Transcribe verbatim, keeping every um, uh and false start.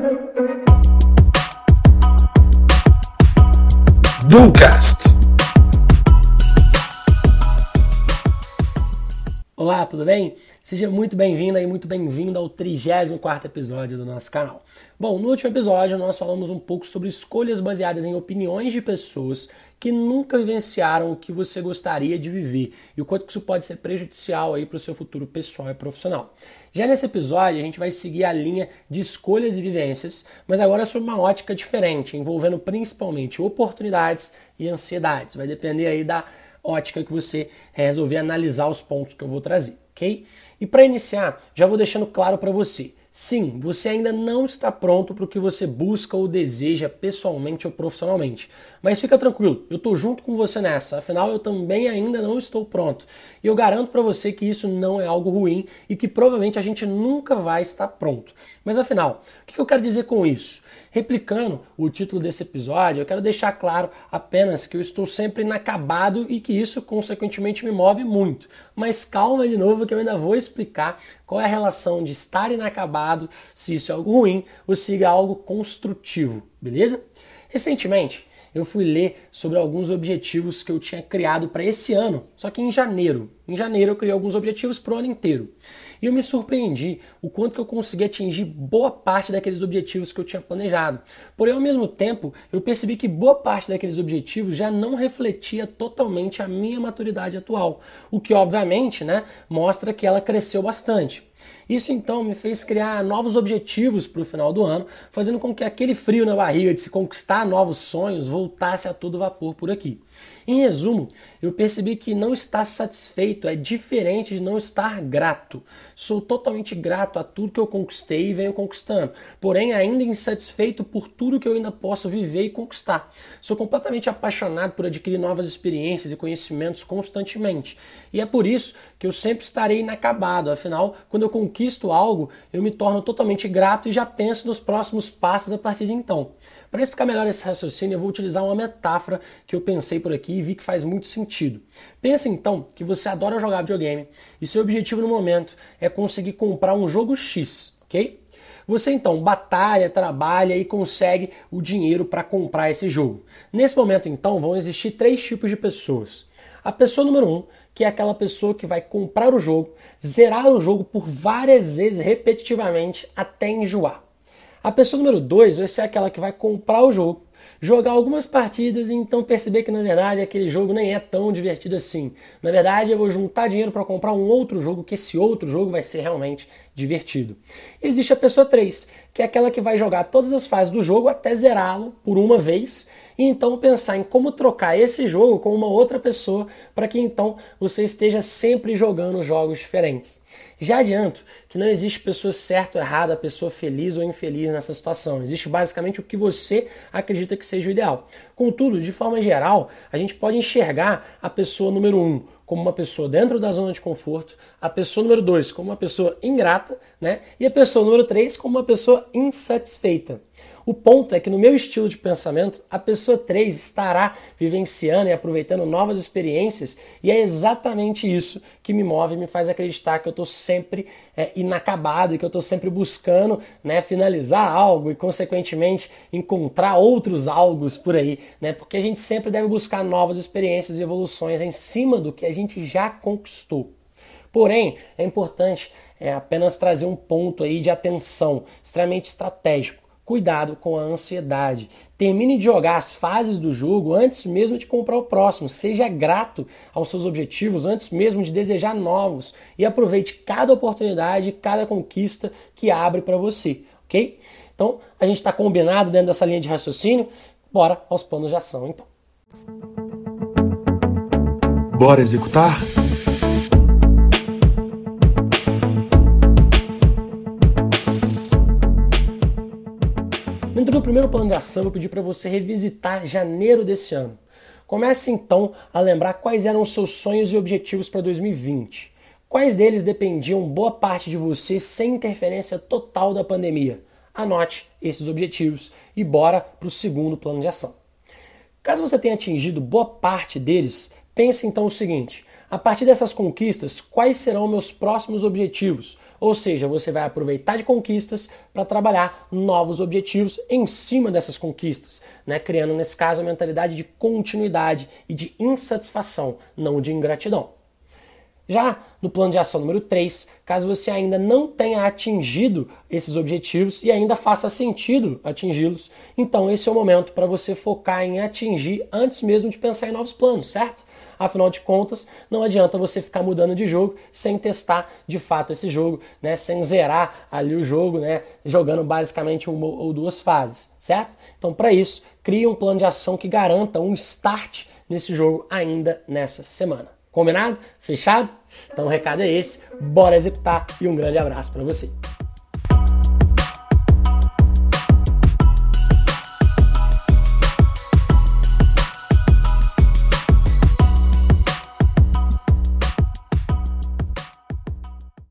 Bullcast. Olá, tudo bem? Seja muito bem-vinda e muito bem-vindo ao trigésimo quarto episódio do nosso canal. Bom, no último episódio nós falamos um pouco sobre escolhas baseadas em opiniões de pessoas que nunca vivenciaram o que você gostaria de viver e o quanto que isso pode ser prejudicial aí para o seu futuro pessoal e profissional. Já nesse episódio a gente vai seguir a linha de escolhas e vivências, mas agora sob uma ótica diferente, envolvendo principalmente oportunidades e ansiedades. Vai depender aí da ótica que você resolver analisar os pontos que eu vou trazer, ok? E para iniciar, já vou deixando claro para você. Sim, você ainda não está pronto para o que você busca ou deseja pessoalmente ou profissionalmente. Mas fica tranquilo, eu estou junto com você nessa, afinal eu também ainda não estou pronto. E eu garanto para você que isso não é algo ruim e que provavelmente a gente nunca vai estar pronto. Mas afinal, o que eu quero dizer com isso? Replicando o título desse episódio, eu quero deixar claro apenas que eu estou sempre inacabado e que isso, consequentemente, me move muito. Mas calma de novo que eu ainda vou explicar qual é a relação de estar inacabado, se isso é algo ruim ou se é algo construtivo, beleza? Recentemente, eu fui ler sobre alguns objetivos que eu tinha criado para esse ano, só que em janeiro. Em janeiro eu criei alguns objetivos para o ano inteiro. E eu me surpreendi o quanto que eu consegui atingir boa parte daqueles objetivos que eu tinha planejado. Porém, ao mesmo tempo, eu percebi que boa parte daqueles objetivos já não refletia totalmente a minha maturidade atual. O que, obviamente, né, mostra que ela cresceu bastante. Isso então me fez criar novos objetivos para o final do ano, fazendo com que aquele frio na barriga de se conquistar novos sonhos voltasse a todo vapor por aqui. Em resumo, eu percebi que não estar satisfeito é diferente de não estar grato. Sou totalmente grato a tudo que eu conquistei e venho conquistando, porém ainda insatisfeito por tudo que eu ainda posso viver e conquistar. Sou completamente apaixonado por adquirir novas experiências e conhecimentos constantemente. E é por isso que eu sempre estarei inacabado. Afinal, quando eu conquisto algo, eu me torno totalmente grato e já penso nos próximos passos a partir de então. Para explicar melhor esse raciocínio, eu vou utilizar uma metáfora que eu pensei por aqui e vi que faz muito sentido. Pensa então que você adora jogar videogame e seu objetivo no momento é conseguir comprar um jogo X, ok? Você então batalha, trabalha e consegue o dinheiro para comprar esse jogo. Nesse momento então vão existir três tipos de pessoas. A pessoa número um, que é aquela pessoa que vai comprar o jogo, zerar o jogo por várias vezes repetitivamente até enjoar. A pessoa número dois vai ser aquela que vai comprar o jogo, jogar algumas partidas e então perceber que na verdade aquele jogo nem é tão divertido assim. Na verdade eu vou juntar dinheiro para comprar um outro jogo, que esse outro jogo vai ser realmente divertido. E existe a pessoa três, que é aquela que vai jogar todas as fases do jogo até zerá-lo por uma vez e então pensar em como trocar esse jogo com uma outra pessoa para que então você esteja sempre jogando jogos diferentes. Já adianto que não existe pessoa certa ou errada, pessoa feliz ou infeliz nessa situação. Existe basicamente o que você acredita que seja o ideal. Contudo, de forma geral, a gente pode enxergar a pessoa número um como uma pessoa dentro da zona de conforto, a pessoa número dois como uma pessoa ingrata, né? E a pessoa número três como uma pessoa insatisfeita. O ponto é que no meu estilo de pensamento, a pessoa três estará vivenciando e aproveitando novas experiências e é exatamente isso que me move e me faz acreditar que eu estou sempre é, inacabado e que eu estou sempre buscando, né, finalizar algo e, consequentemente, encontrar outros algos por aí, né, porque a gente sempre deve buscar novas experiências e evoluções em cima do que a gente já conquistou. Porém, é importante é, apenas trazer um ponto aí de atenção extremamente estratégico. Cuidado com a ansiedade. Termine de jogar as fases do jogo antes mesmo de comprar o próximo. Seja grato aos seus objetivos antes mesmo de desejar novos. E aproveite cada oportunidade, cada conquista que abre para você, ok? Então, a gente está combinado dentro dessa linha de raciocínio. Bora aos planos de ação, então. Bora executar? Dentro do primeiro plano de ação, eu pedi para você revisitar janeiro desse ano. Comece então a lembrar quais eram os seus sonhos e objetivos para dois mil e vinte. Quais deles dependiam boa parte de você sem interferência total da pandemia? Anote esses objetivos e bora para o segundo plano de ação. Caso você tenha atingido boa parte deles, pense então o seguinte: a partir dessas conquistas, quais serão meus próximos objetivos? Ou seja, você vai aproveitar de conquistas para trabalhar novos objetivos em cima dessas conquistas, né? Criando, nesse caso, a mentalidade de continuidade e de insatisfação, não de ingratidão. Já no plano de ação número três, caso você ainda não tenha atingido esses objetivos e ainda faça sentido atingi-los, então esse é o momento para você focar em atingir antes mesmo de pensar em novos planos, certo? Afinal de contas, não adianta você ficar mudando de jogo sem testar de fato esse jogo, né? Sem zerar ali o jogo, né? Jogando basicamente uma ou duas fases, certo? Então, para isso, crie um plano de ação que garanta um start nesse jogo ainda nessa semana. Combinado? Fechado? Então o recado é esse, bora executar e um grande abraço para você.